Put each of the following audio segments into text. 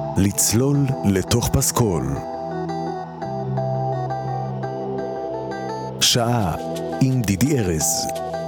לצלול לתוך פסקול. שעה עם דידי ארז.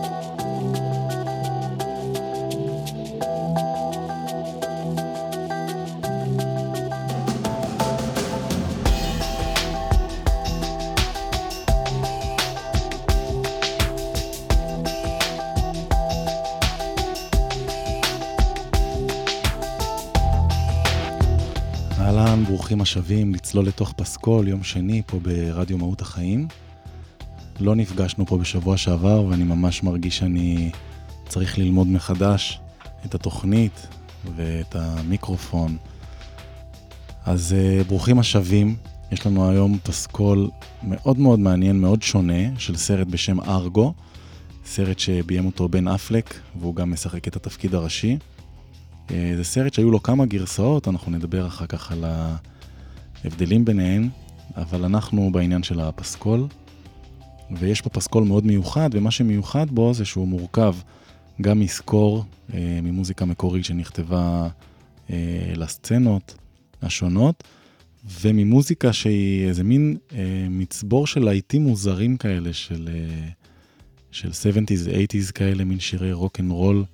ברוכים השבים לצלול לתוך פסקול, יום שני פה ברדיו מהות החיים. לא נפגשנו פה בשבוע שעבר ואני ממש מרגיש שאני צריך ללמוד מחדש את התוכנית ואת המיקרופון. אז ברוכים השבים, יש לנו היום פסקול מאוד מאוד מעניין, מאוד שונה, של סרט בשם ארגו, סרט שביים אותו בן אפלק והוא גם משחק את התפקיד הראשי. זה סרט שהיו לו כמה גרסאות, אנחנו נדבר אחר כך על ההבדלים ביניהן, אבל אנחנו בעניין של הפסקול, ויש פה פסקול מאוד מיוחד, ומה שמיוחד בו זה שהוא מורכב גם מסקור, ממוזיקה מקורית שנכתבה לסצנות השונות, וממוזיקה שהיא איזה מין מצבור של להיטים מוזרים כאלה, של 70s, 80s כאלה, מין שירי רוק אנד רול,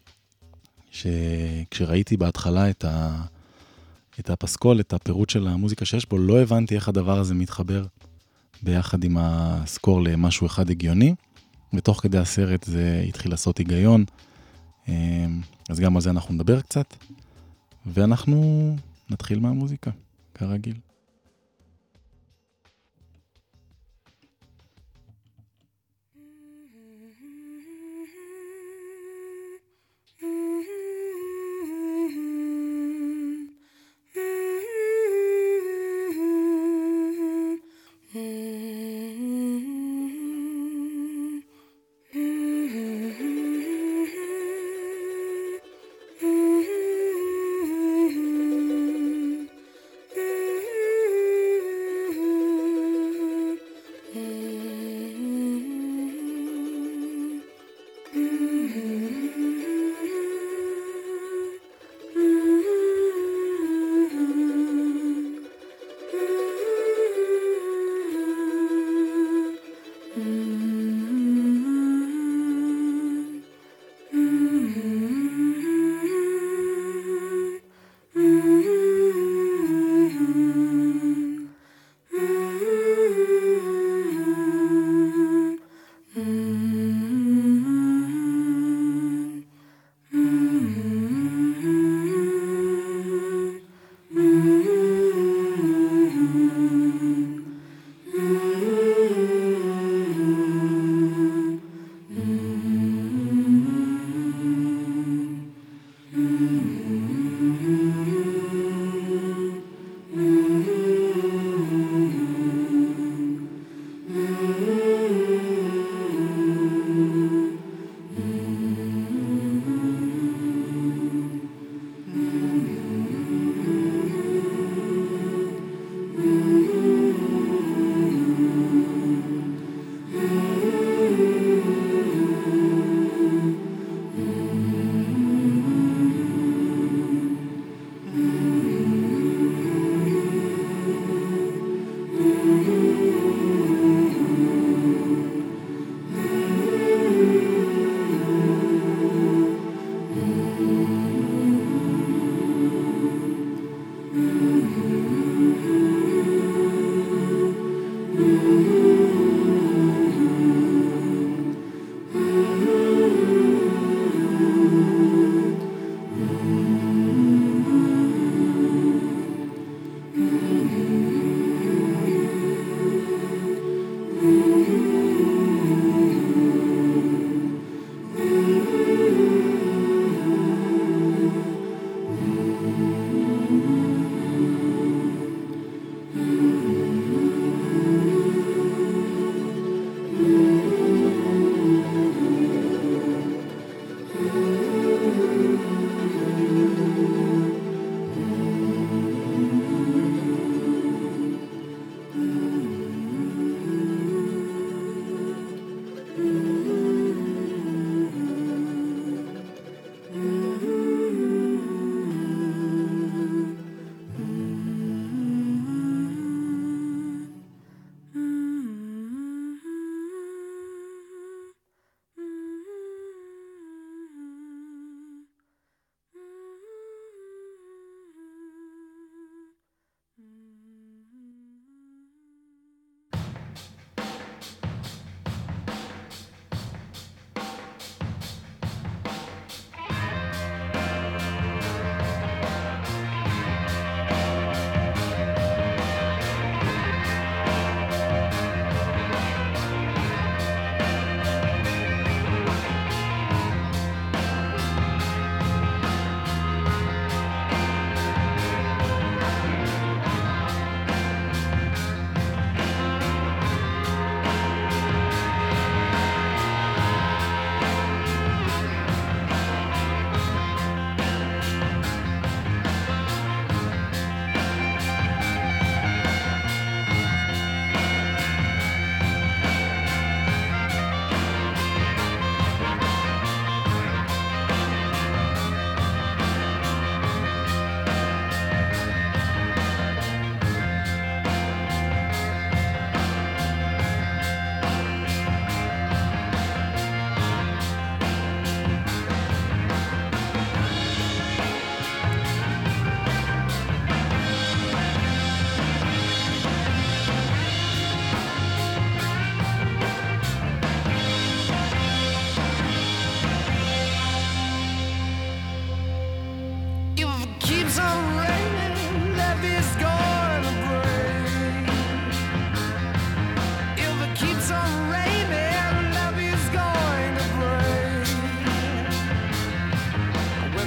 שכשראיתי בהתחלה את הפסקול, את הפירוט של המוזיקה שיש בו, לא הבנתי איך הדבר הזה מתחבר ביחד עם הסקור למשהו אחד הגיוני, ותוך כדי הסרט זה התחיל לעשות היגיון, אז גם על זה אנחנו נדבר קצת, ואנחנו נתחיל מהמוזיקה, כרגיל.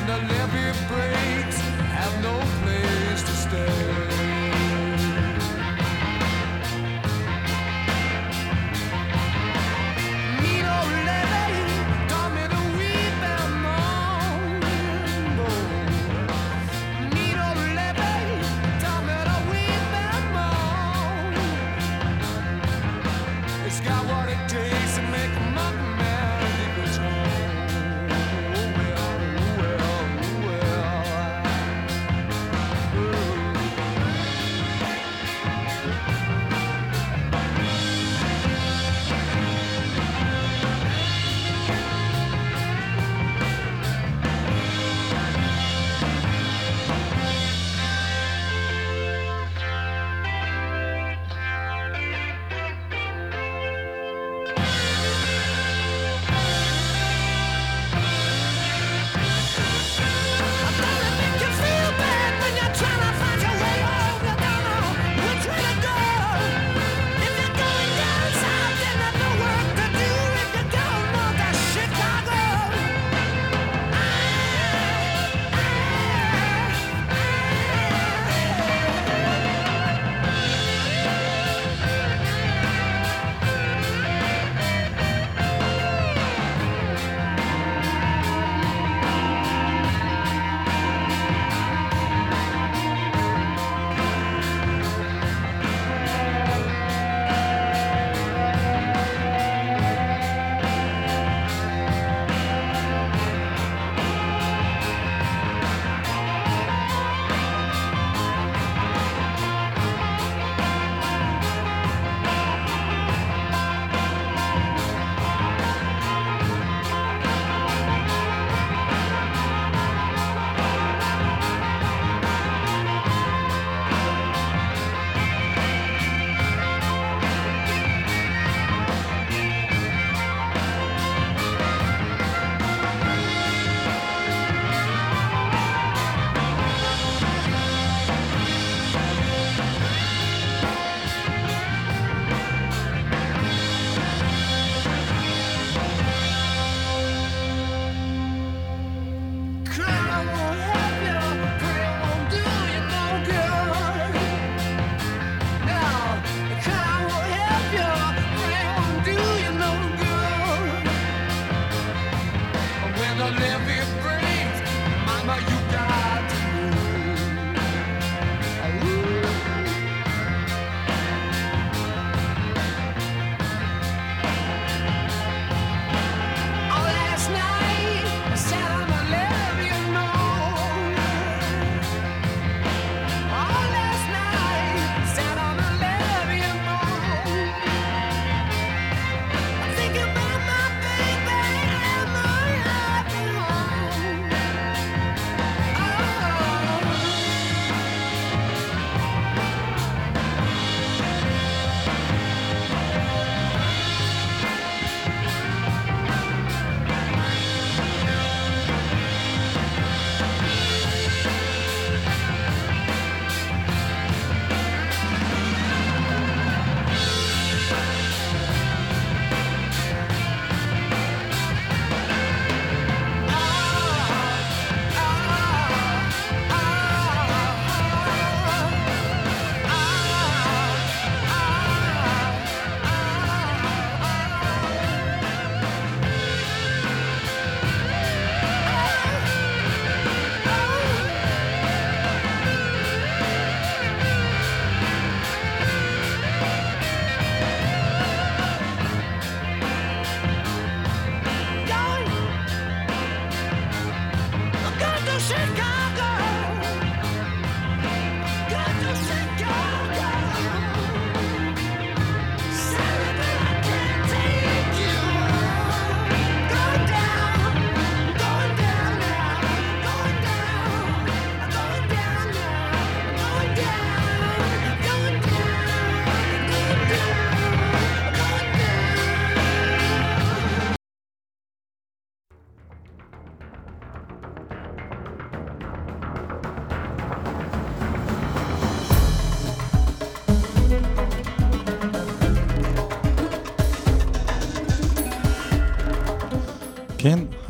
the levee breaks, have no place to stay.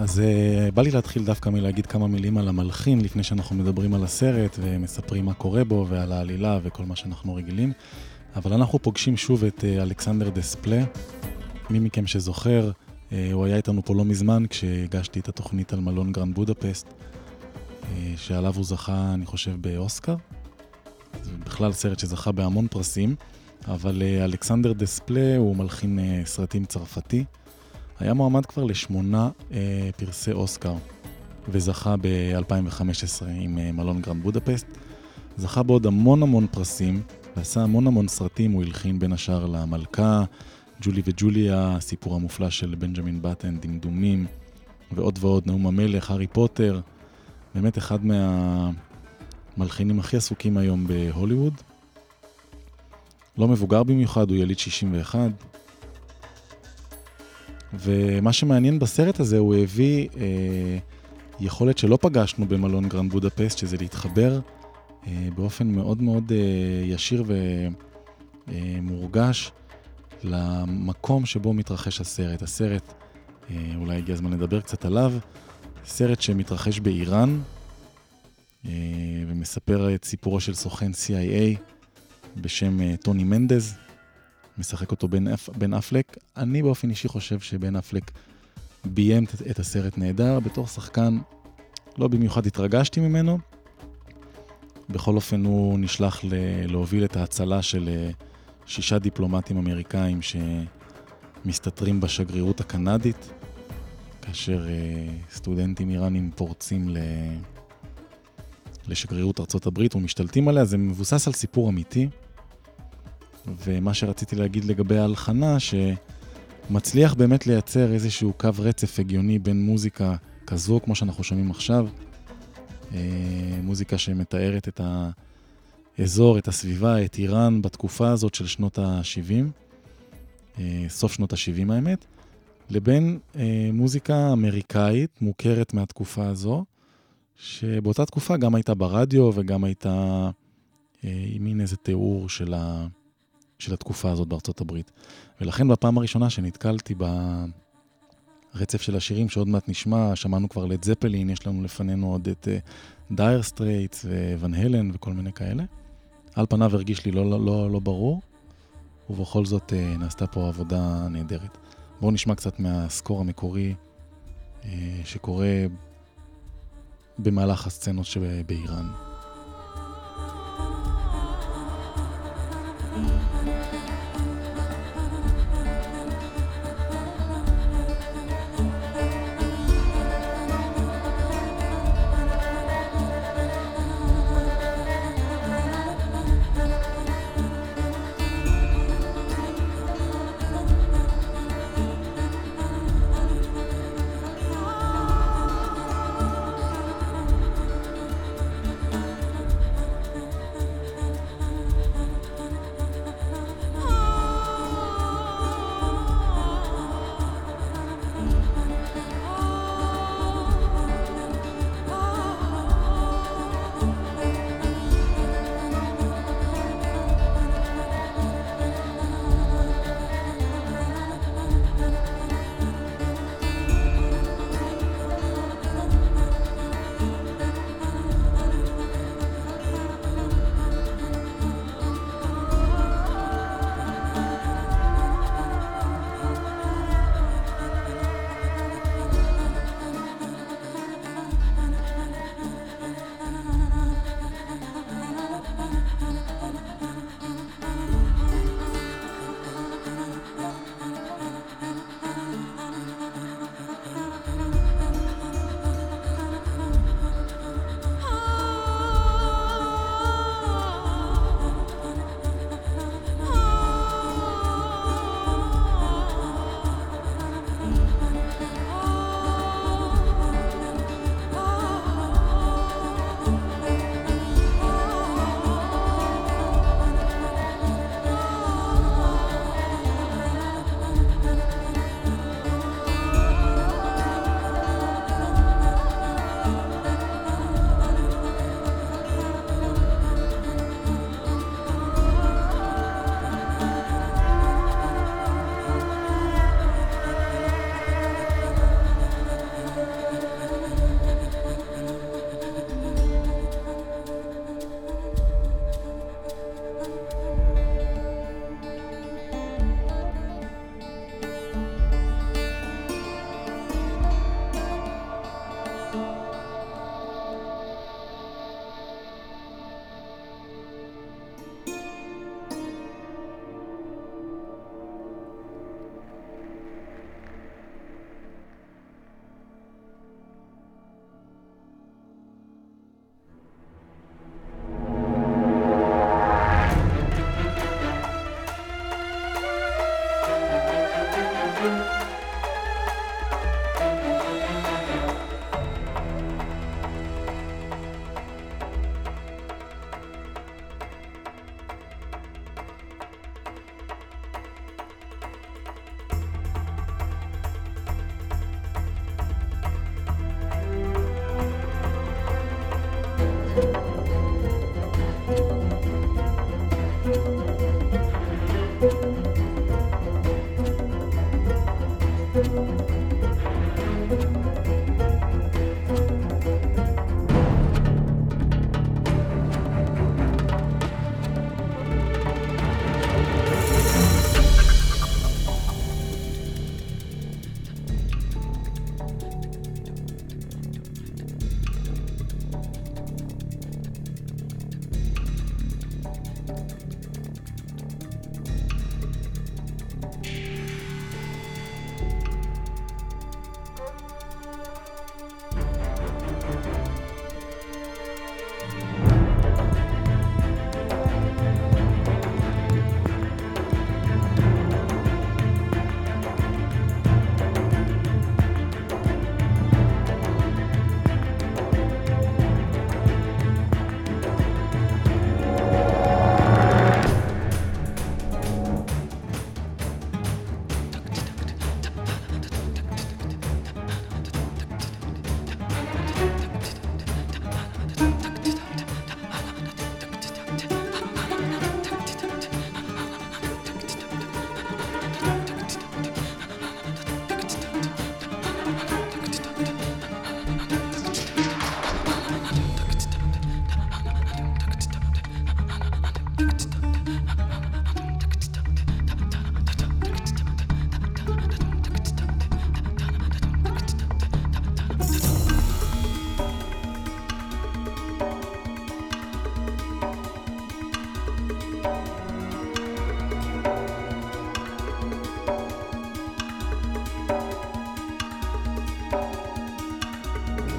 אז בא לי להתחיל דווקא מלהגיד כמה מילים על המלחין, לפני שאנחנו מדברים על הסרט ומספרים מה קורה בו ועל העלילה וכל מה שאנחנו רגילים. אבל אנחנו פוגשים שוב את אלכסנדר דספלה. מי מכם שזוכר, הוא היה איתנו פה לא מזמן כשהגשתי את התוכנית על מלון גרנד בודפסט, שעליו הוא זכה, אני חושב, באוסקר. זה בכלל סרט שזכה בהמון פרסים, אבל אלכסנדר דספלה הוא מלחין סרטים צרפתי. היה מועמד כבר ל8 פרסי אוסקר, וזכה ב-2015 עם מלון גרנד בודפסט. זכה בעוד המון פרסים, ועשה המון סרטים. הוא הלחין בין השאר למלכה, ג'ולי וג'וליה, הסיפור המופלא של בנג'מין בטן, דמדומים, ועוד ועוד, נאום המלך, הארי פוטר. באמת אחד מהמלחינים הכי עסוקים היום בהוליווד. לא מבוגר במיוחד, הוא יליד 61. ומה שמעניין בסרט הזה, הוא הביא יכולת שלא פגשנו במלון גרנד בודפסט, שזה להתחבר באופן מאוד ישיר ומורגש למקום שבו מתרחש הסרט. הסרט, אולי הגיע הזמן לדבר קצת עליו, סרט שמתרחש באיראן, ומספר את סיפורו של סוכן CIA בשם טוני מנדז, משחק אותו בן אפלק. אני באופן אישי חושב שבן אפלק ביים את הסרט נהדר, בתור שחקן לא במיוחד התרגשתי ממנו. בכל אופן הוא נשלח להוביל את ההצלה של 6 דיפלומטים אמריקאים שמסתתרים בשגרירות הקנדית, כאשר סטודנטים איראנים פורצים לשגרירות ארצות הברית ומשתלטים עליה. זה מבוסס על סיפור אמיתי, ומה שרציתי להגיד לגבי ההלחנה, שמצליח באמת לייצר איזשהו קו רצף הגיוני בין מוזיקה כזו, כמו שאנחנו שומעים עכשיו, מוזיקה שמתארת את האזור, את הסביבה, את איראן בתקופה הזאת של שנות ה-70, סוף שנות ה-70 האמת, לבין מוזיקה אמריקאית מוכרת מהתקופה הזו, שבאותה תקופה גם הייתה ברדיו וגם הייתה מין איזה תיאור של התקופה הזאת בארצות הברית. ולכן בפעם הראשונה שנתקלתי ברצף של השירים שעוד מעט נשמע, שמענו כבר לד זפלין, יש לנו לפנינו עוד את דייר סטרייטס וואן הלן וכל מיני כאלה. על פניו הרגיש לי לא ברור, ובכל זאת נעשתה פה עבודה נהדרת. בואו נשמע קצת מהסקור המקורי שקורה במהלך הסצנות שבאיראן.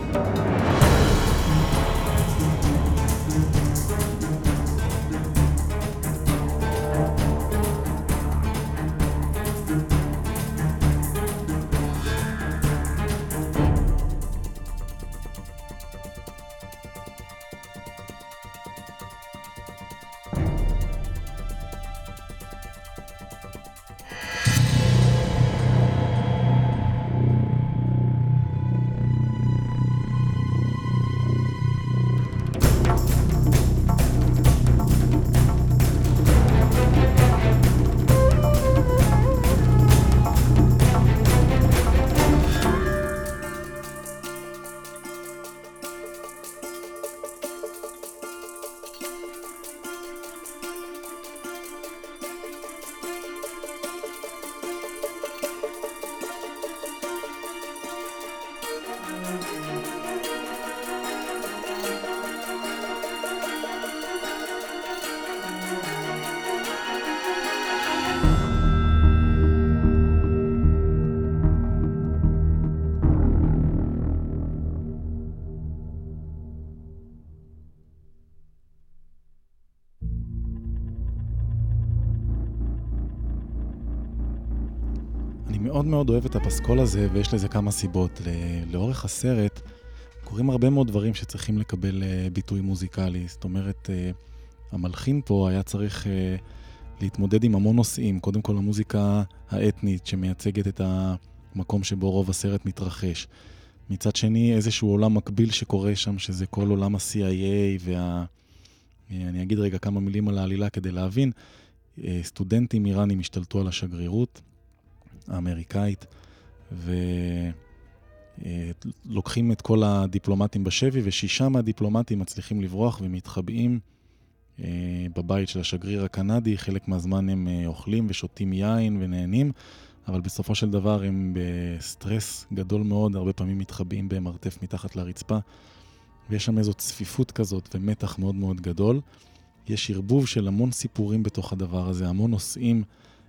אני מאוד מאוד אוהב את הפסקול הזה, ויש לזה כמה סיבות. לאורך הסרט קורים הרבה מאוד דברים שצריכים לקבל ביטוי מוזיקלי. זאת אומרת, המלחין פה היה צריך להתמודד עם המון נושאים. קודם כל המוזיקה האתנית שמייצגת את המקום שבו רוב הסרט מתרחש. מצד שני, איזשהו עולם מקביל שקורה שם, שזה כל עולם ה-CIA אני אגיד רגע כמה מילים על העלילה כדי להבין. סטודנטים איראנים השתלטו על השגרירות האמריקאית, ולוקחים את כל הדיפלומטים בשבי, ושישה מהדיפלומטים מצליחים לברוח ומתחבאים בבית של השגריר הקנדי. חלק מהזמן הם אוכלים ושותים יין ונהנים, אבל בסופו של דבר הם בסטרס גדול מאוד, הרבה פעמים מתחבאים במרתף מתחת לרצפה, ויש שם איזו צפיפות כזאת ומתח מאוד מאוד גדול. יש ערבוב של המון סיפורים בתוך הדבר הזה, המון נושאים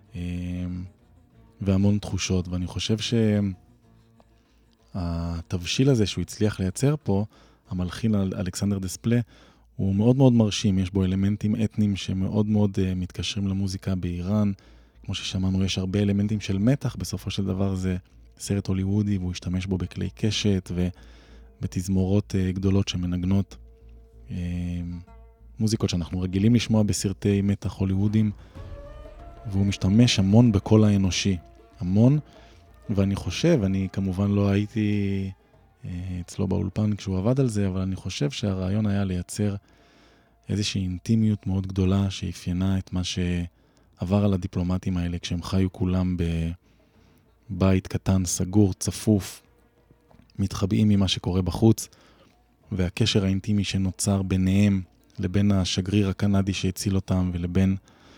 והמון תחושות, ואני חושב שהתבשיל הזה שהוא הצליח לייצר פה, המלחין אלכסנדר דספלה, הוא מאוד מאוד מרשים. יש בו אלמנטים אתניים שמאוד מאוד מתקשרים למוזיקה באיראן. כמו ששמענו, יש הרבה אלמנטים של מתח. בסופו של דבר זה סרט הוליוודי, והוא השתמש בו בכלי קשת ובתזמורות גדולות שמנגנות מוזיקות שאנחנו רגילים לשמוע בסרטי מתח הוליוודים, והוא משתמש המון בקול האנושי, המון. ואני חושב, אני כמובן לא הייתי אצלו באולפן כשהוא עבד על זה, אבל אני חושב שהרעיון היה לייצר איזושהי אינטימיות מאוד גדולה שאפיינה את מה שעבר על הדיפלומטים האלה כשהם חיו כולם בבית קטן, סגור, צפוף, מתחבאים ממה שקורה בחוץ, והקשר האינטימי שנוצר ביניהם לבין השגריר הקנדי שהציל אותם ולבין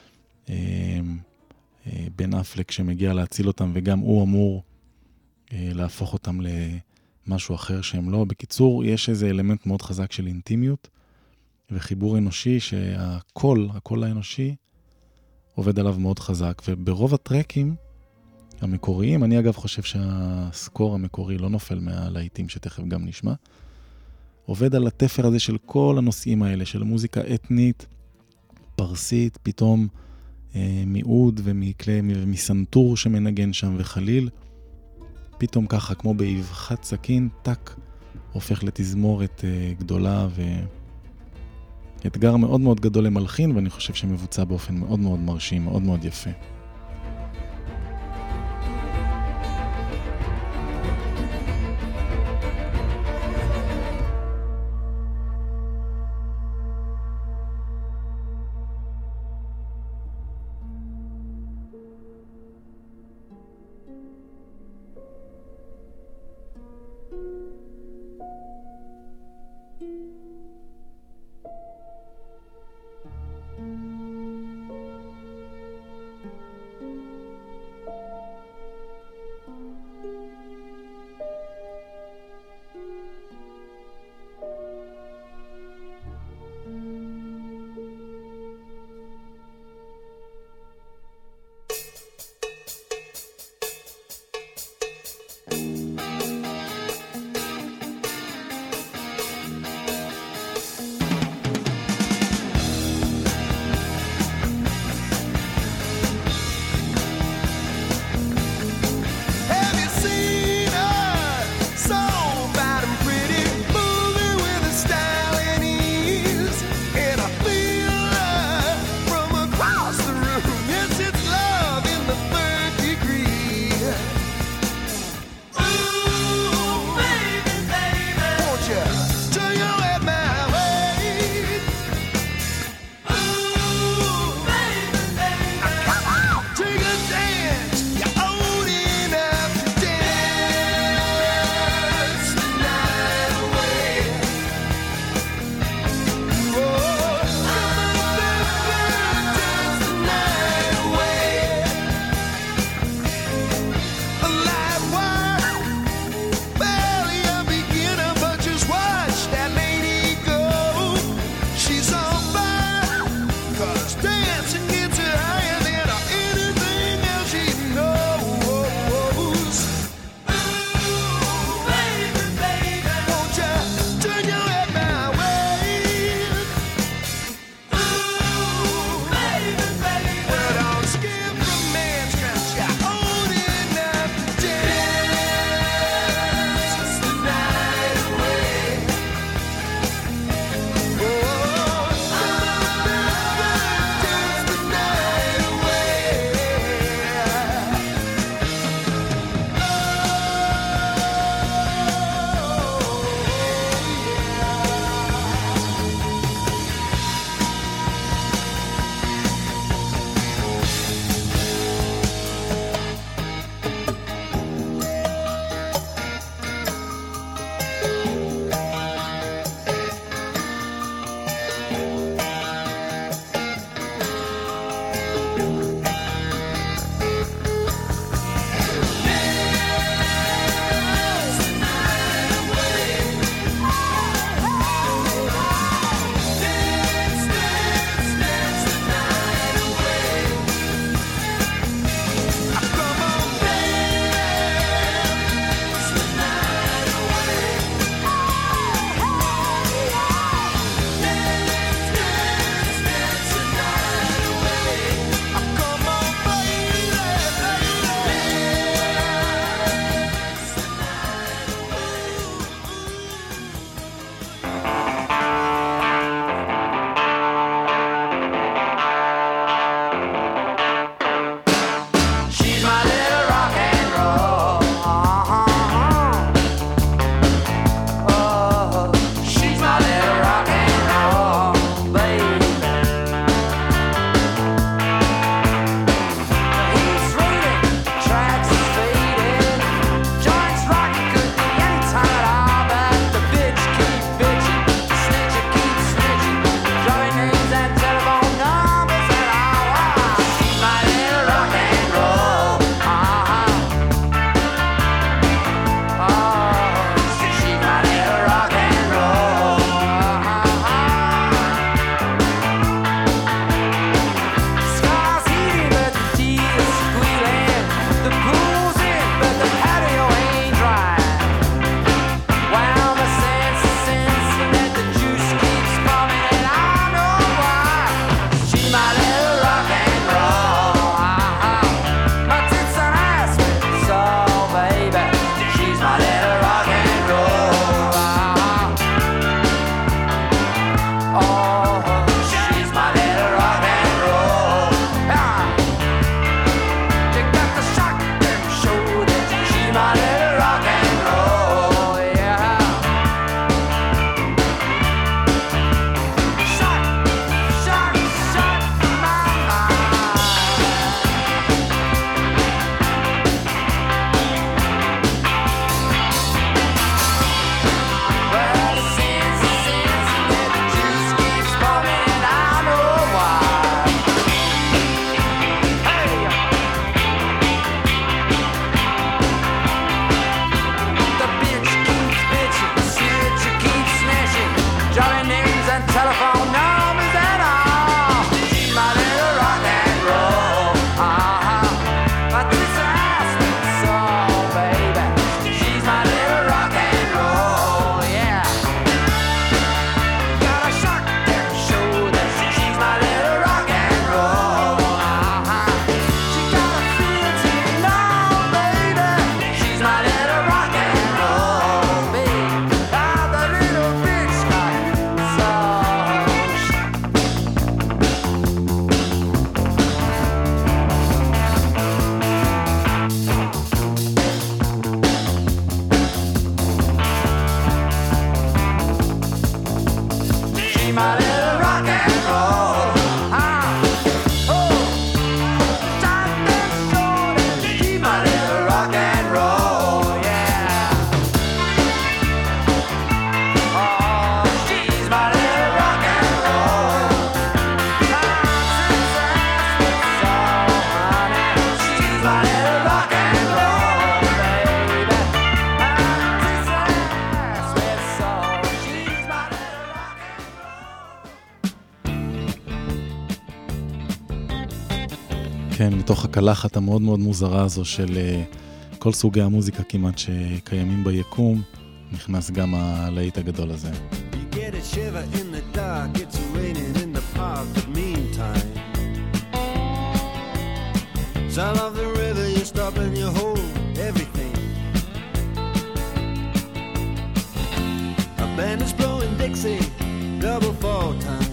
בן אפלק שמגיע להציל אותם, וגם הוא אמור להפוך אותם למשהו אחר שהם לא. בקיצור, יש איזה אלמנט מאוד חזק של אינטימיות וחיבור אנושי, הקול האנושי עובד עליו מאוד חזק. וברוב הטרקים המקוריים, אני אגב חושב שהסקור המקורי לא נופל מהלהיטים שתכף גם נשמע, עובד על התפר הזה של כל הנושאים האלה, של מוזיקה אתנית, פרסית, פתאום מיעוד ומסנטור שמנגן שם וחליל, פתאום ככה כמו באבחת סכין, טק, הופך לתזמורת גדולה, ואתגר מאוד מאוד גדול למלחין, ואני חושב שמבוצע באופן מאוד מאוד מרשים, מאוד מאוד יפה. my little rock and roll. She's my little rock and roll, yeah. Oh, she's my little rock and roll. She's my little rock and roll, baby. Sweet soul. She's my little rock and roll. כן, מתוך הקלחת המאוד מאוד מוזרה הזו של כל סוגי המוזיקה כמעט שקיימים ביקום, נכנס גם הלהיט הגדול הזה. You get a shiver in the dark, it's raining in the park, but meantime sound of the river, you stop and you hold everything. A band is blowing Dixie, double fall time.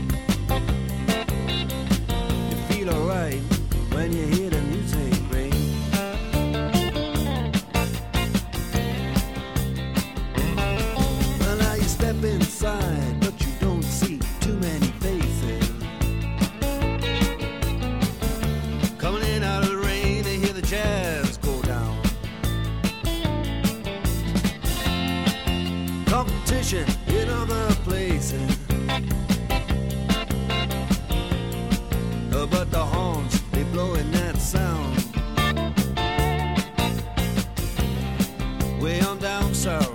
You feel alright when you hear the music ring. Well, now you step inside, but you don't see too many faces. Coming in out of the rain, they hear the jazz go down. Competition in other places. But the horns, they blowing that sound. Way on down south.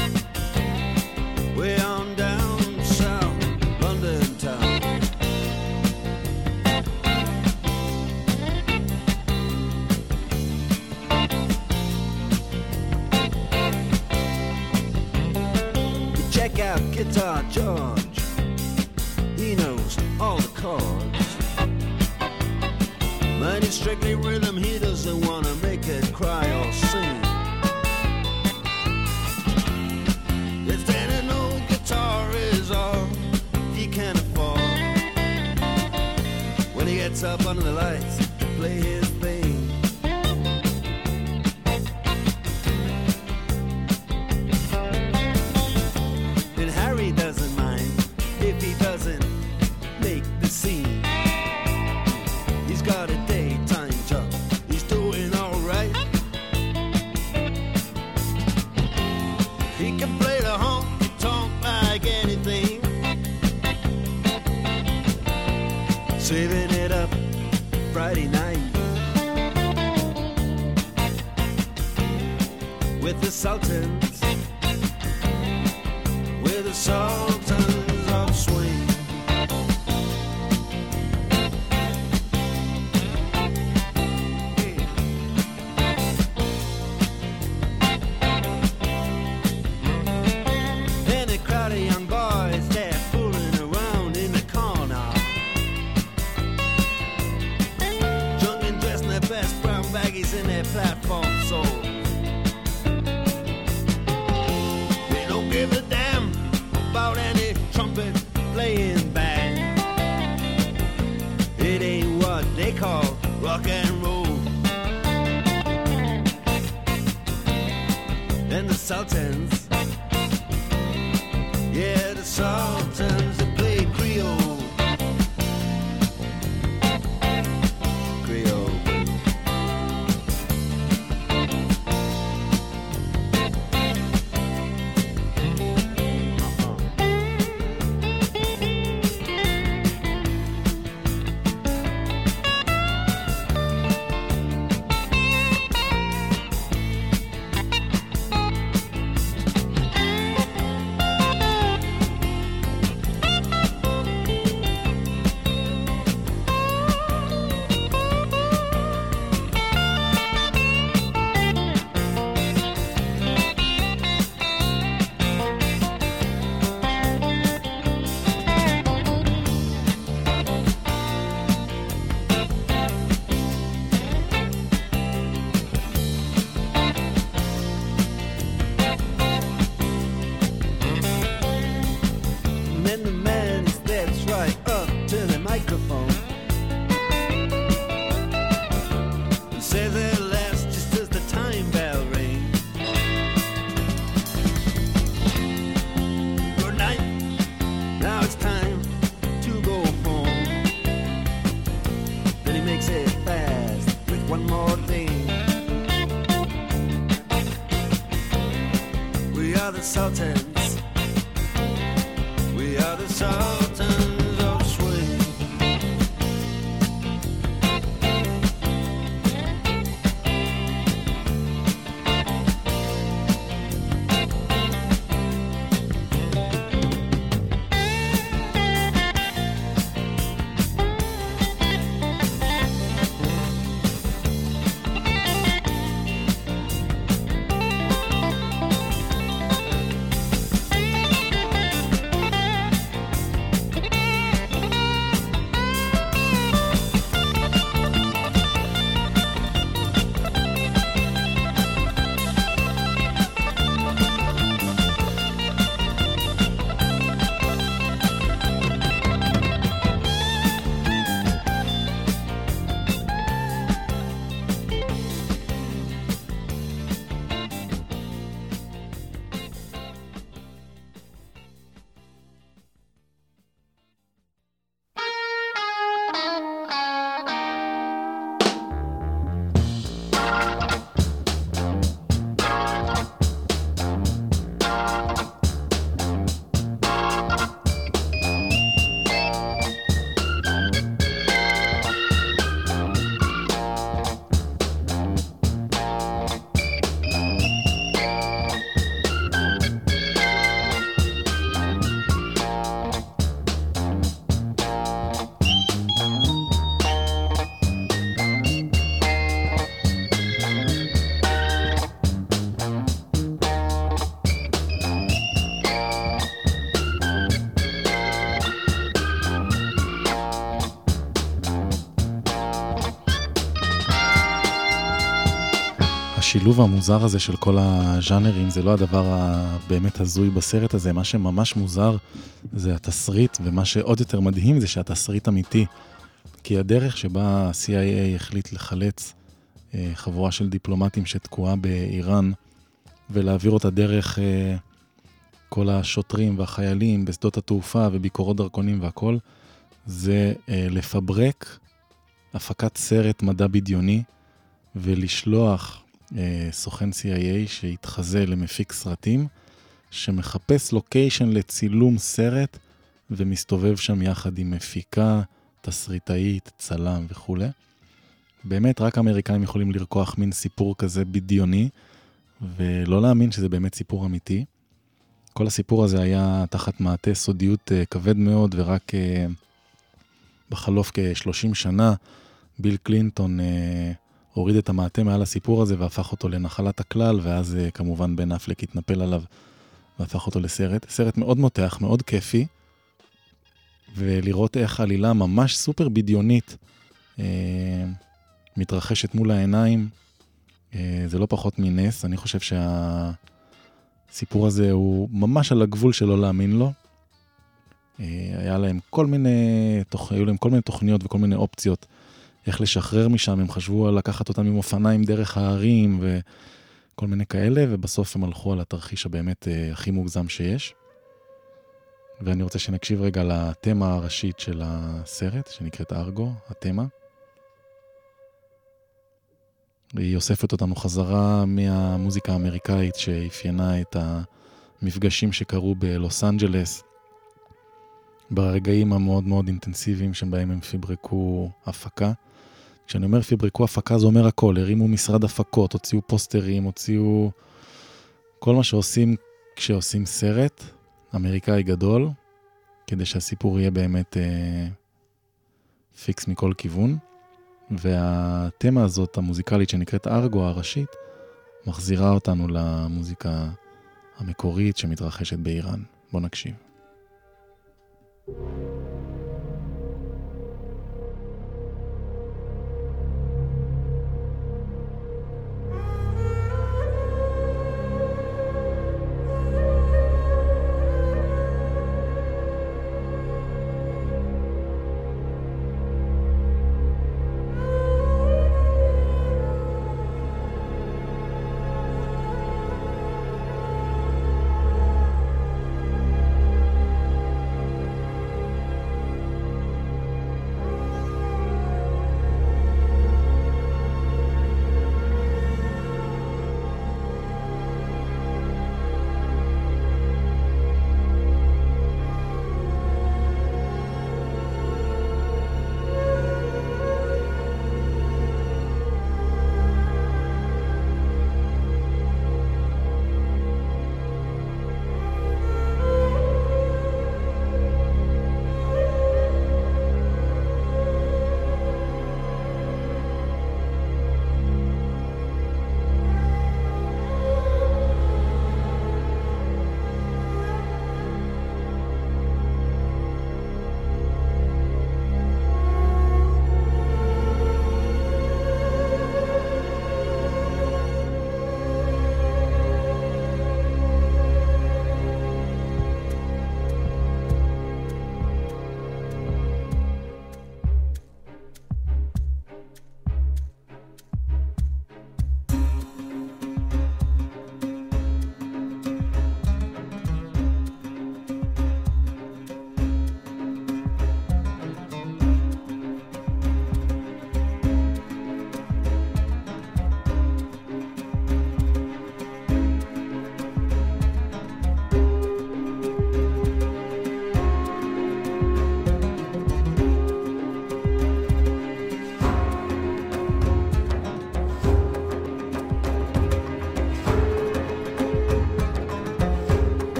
Way on down south, London town. You check out Guitar George. He knows all the chords. Mine is strictly rhythm, he doesn't wanna make it cry or sing. If then an old guitar is all he can afford, when he gets up under the lights to play his thing. And Harry doesn't mind if he doesn't make the scene. He's got a daytime job, he's doing alright. He can play the honky-tonk like anything, saving it up Friday night with the Sultans, with the Sultans of Swing. And a crowd of young boys, they're fooling around in the corner, drunk and dressed in their best brown baggies in their platform soles. They don't give a damn about any trumpet playing band. It ain't what they call rock and roll. And the Sultans, yeah, the Sultans, they play Creole. Creole. Sultans. We are the Sultans of swing. השילוב המוזר הזה של כל הז'אנרים זה לא הדבר הבאמת הזוי בסרט הזה, מה שממש מוזר זה התסריט, ומה שעוד יותר מדהים זה שהתסריט אמיתי, כי הדרך שבה ה-CIA החליט לחלץ חבורה של דיפלומטים שתקועה באיראן, ולהעביר אותה דרך כל השוטרים והחיילים בשדות התעופה וביקורות דרכונים והכל, זה לפברק הפקת סרט מדע בדיוני, ולשלוח סוכן CIA שהתחזה למפיק סרטים, שמחפש לוקיישן לצילום סרט, ומסתובב שם יחד עם מפיקה, תסריטאית, צלם וכו'. באמת רק אמריקאים יכולים לרקוח מין סיפור כזה בדיוני, ולא להאמין שזה באמת סיפור אמיתי. כל הסיפור הזה היה תחת מעטה סודיות כבד מאוד, ורק בחלוף כ-30 שנה, ביל קלינטון הוריד את המעטה מעל הסיפור הזה, והפך אותו לנחלת הכלל, ואז כמובן בן אפלק התנפל עליו, והפך אותו לסרט. סרט מאוד מותח, מאוד כיפי, ולראות איך עלילה ממש סופר בדיונית מתרחשת מול העיניים, זה לא פחות מנס. אני חושב שהסיפור הזה הוא ממש על הגבול שלא להאמין לו. היו להם כל מיני תוכניות וכל מיני אופציות איך לשחרר משם. הם חשבו על לקחת אותם עם אופניים דרך הערים וכל מיני כאלה, ובסוף הם הלכו על התרחיש הבאמת הכי מוגזם שיש. ואני רוצה שנקשיב רגע לתמה הראשית של הסרט, שנקראת ארגו, התמה. היא אוספת אותנו חזרה מהמוזיקה האמריקאית שאפיינה את המפגשים שקרו בלוס אנג'לס, ברגעים המאוד מאוד אינטנסיביים שבהם הם פיברקו הפקה. כשאני אומר פיברקו הפקה זה אומר הכל, הרימו משרד הפקות, הוציאו פוסטרים, הוציאו כל מה שעושים כשעושים סרט אמריקאי גדול, כדי שהסיפור יהיה באמת פיקס מכל כיוון. והתמה הזאת המוזיקלית שנקראת ארגו הראשית מחזירה אותנו למוזיקה המקורית שמתרחשת באיראן. בוא נקשיב.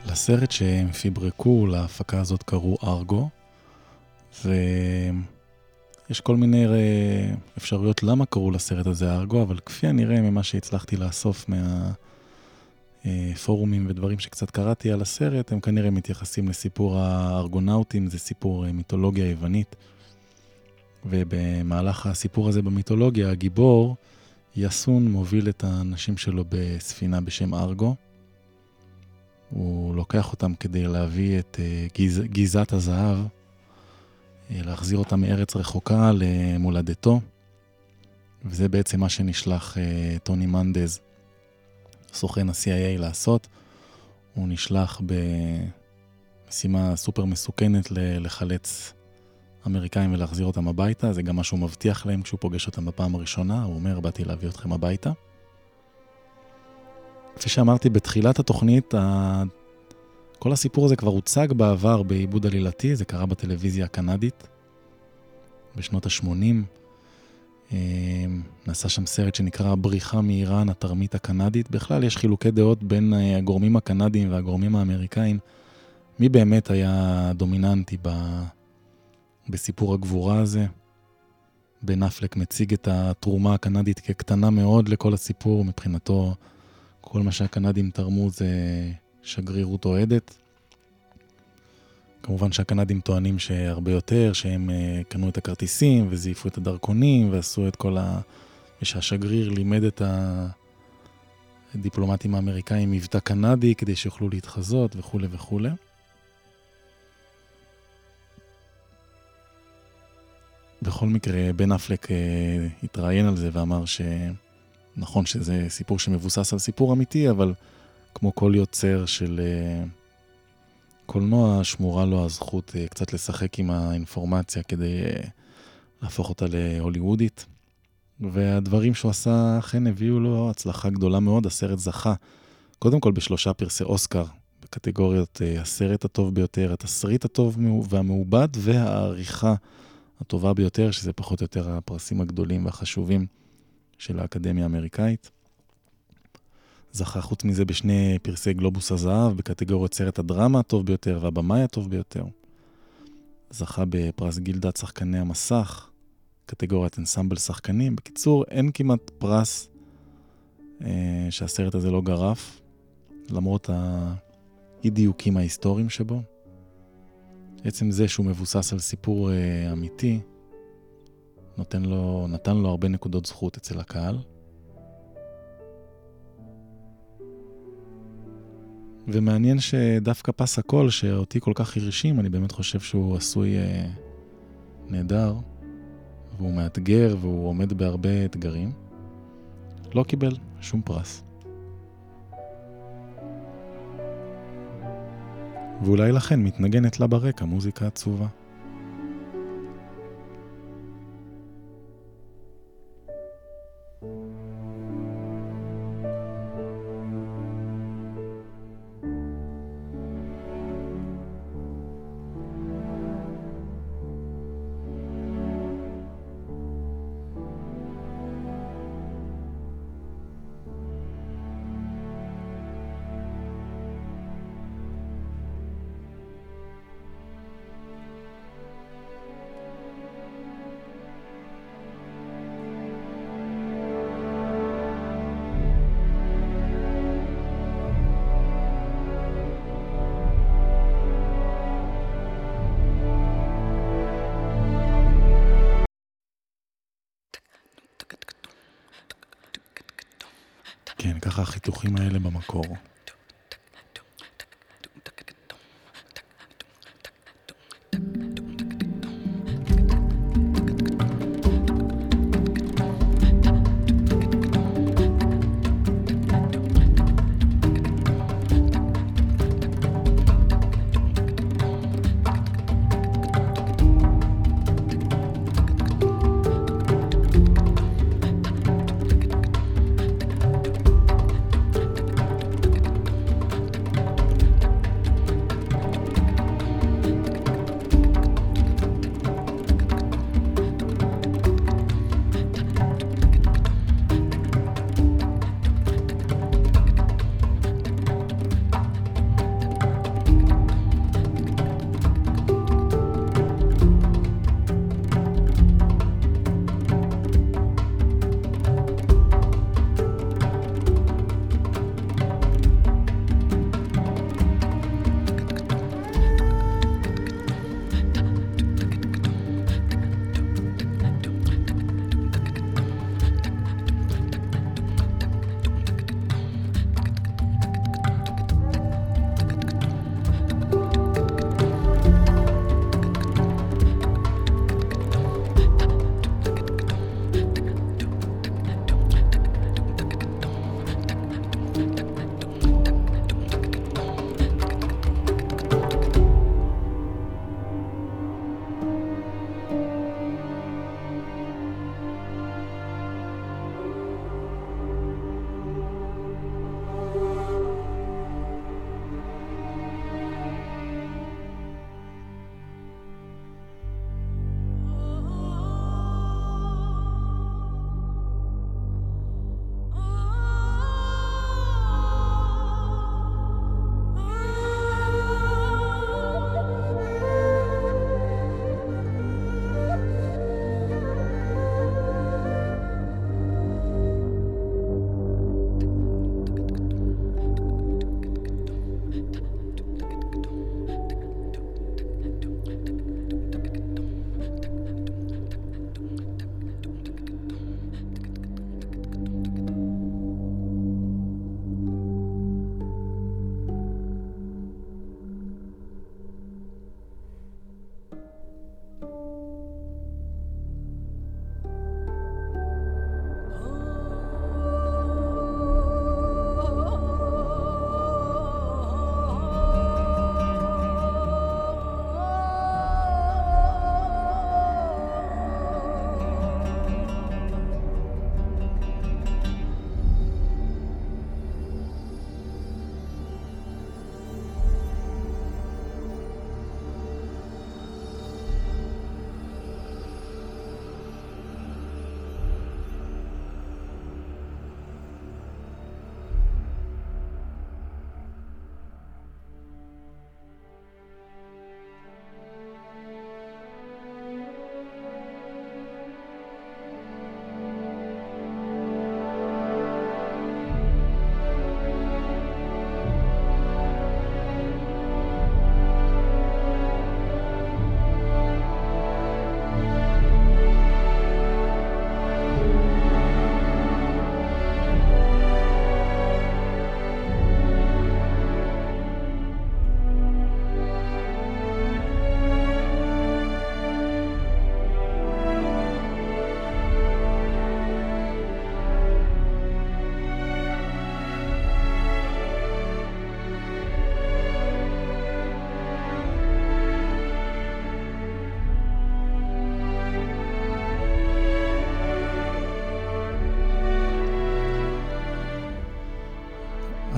לסרט שהם פיברקו, להפקה הזאת קראו ארגו, ויש כל מיני אפשרויות למה קראו לסרט הזה ארגו, אבל כפי הנראה ממה שהצלחתי לאסוף מהפורומים ודברים שקצת קראתי על הסרט, הם כנראה מתייחסים לסיפור הארגונאוטים, זה סיפור מיתולוגיה יוונית, ובמהלך הסיפור הזה במיתולוגיה, הגיבור יסון מוביל את האנשים שלו בספינה בשם ארגו, הוא לוקח אותם כדי להביא את גיזת הזהב, להחזיר אותם מארץ רחוקה למולדתו, וזה בעצם מה שנשלח טוני מנדז, סוכן ה-CIA, לעשות. הוא נשלח במשימה סופר מסוכנת לחלץ אמריקאים ולהחזיר אותם הביתה. זה גם מה שהוא מבטיח להם כשהוא פוגש אותם בפעם הראשונה, הוא אומר, באתי להביא אתכם הביתה. כפי שאמרתי בתחילת התוכנית, כל הסיפור הזה כבר הוצג בעבר בעיבוד עלילתי, זה קרה בטלוויזיה הקנדית בשנות ה-80. נעשה שם סרט שנקרא בריחה מאיראן, התרמית הקנדית. בכלל יש חילוקי דעות בין הגורמים הקנדיים והגורמים האמריקאים, מי באמת היה דומיננטי בסיפור הגבורה הזה. בן אפלק מציג את התרומה הקנדית כקטנה מאוד לכל הסיפור, מבחינתו כל מה שהקנדים תרמו זה שגרירות אוהדת. כמובן שהקנדים טוענים שהרבה יותר, שהם קנו את הכרטיסים וזייפו את הדרכונים ועשו את כל ושהשגריר לימד את הדיפלומטים האמריקאים מבטא קנדי כדי שיוכלו להתחזות וכו' וכו'. בכל מקרה, בן אפלק התראיין על זה ואמר שנכון שזה סיפור שמבוסס על סיפור אמיתי, אבל כמו כל יוצר של קולנוע, שמורה לו הזכות קצת לשחק עם האינפורמציה כדי להפוך אותה להוליוודית. והדברים שהוא עשה אכן הביאו לו הצלחה גדולה מאוד. הסרט זכה קודם כל ב3 פרסי אוסקר, בקטגוריות הסרט הטוב ביותר, התסריט הטוב והמעובד והעריכה הטובה ביותר, שזה פחות או יותר הפרסים הגדולים והחשובים של האקדמיה האמריקאית. זכה חוץ מזה ב2 פרסי גלובוס הזהב, בקטגוריות סרט הדרמה הטוב ביותר והבמאי הטוב ביותר. זכה בפרס גילדת שחקני המסך, קטגוריית אנסמבל שחקנים. בקיצור, אין כמעט פרס שהסרט הזה לא גרף, למרות האי-דיוקים ההיסטוריים שבו. עצם זה שהוא מבוסס על סיפור אמיתי, נתן לו הרבה נקודות זכות אצל הקהל. ומעניין שדווקא פס הקול שאותי כל כך הרשים, אני באמת חושב שהוא עשוי נהדר, והוא מאתגר והוא עומד בהרבה אתגרים. לא קיבל שום פרס. ואולי לכן מתנגנת לה ברקע מוזיקה עצובה. כן, ככה החיתוכים האלה במקור.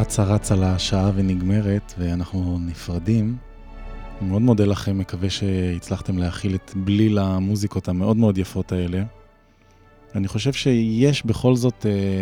רצה לשעה ונגמרת, ואנחנו נפרדים. אני מאוד מודה לכם, מקווה שהצלחתם להכיל את בליל המוזיקות המאוד מאוד יפות האלה. אני חושב שיש בכל זאת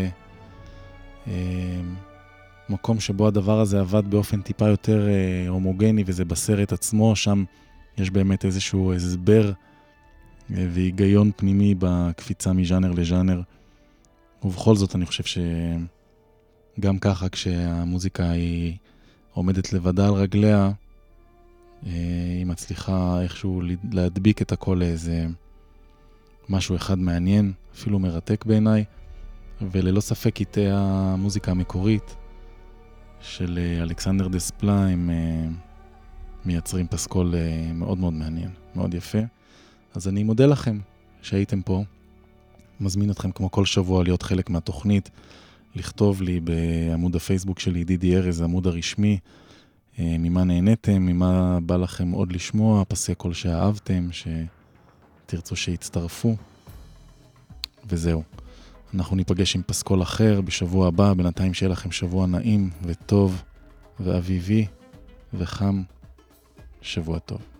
מקום שבו הדבר הזה עבד באופן טיפה יותר הומוגני, וזה בסרט עצמו, שם יש באמת איזשהו הסבר והיגיון פנימי בקפיצה מז'אנר לז'אנר. ובכל זאת אני חושב שגם ככה כשהמוזיקה היא עומדת לבדה על רגליה, היא מצליחה איכשהו להדביק את הכל לאיזה משהו אחד מעניין, אפילו מרתק בעיניי, וללא ספק איתי המוזיקה המקורית של אלכסנדר דספלה, הם מייצרים פסקול מאוד מאוד מעניין, מאוד יפה. אז אני מודה לכם שהייתם פה, מזמין אתכם כמו כל שבוע להיות חלק מהתוכנית, לכתוב לי בעמוד הפייסבוק שלי, דידי ארז, העמוד הרשמי, ממה נהניתם, ממה בא לכם עוד לשמוע, פסי קול שאהבתם, שתרצו שיצטרפו, וזהו. אנחנו ניפגש עם פסקול אחר בשבוע הבא, בינתיים שיהיה לכם שבוע נעים וטוב ואביבי וחם, שבוע טוב.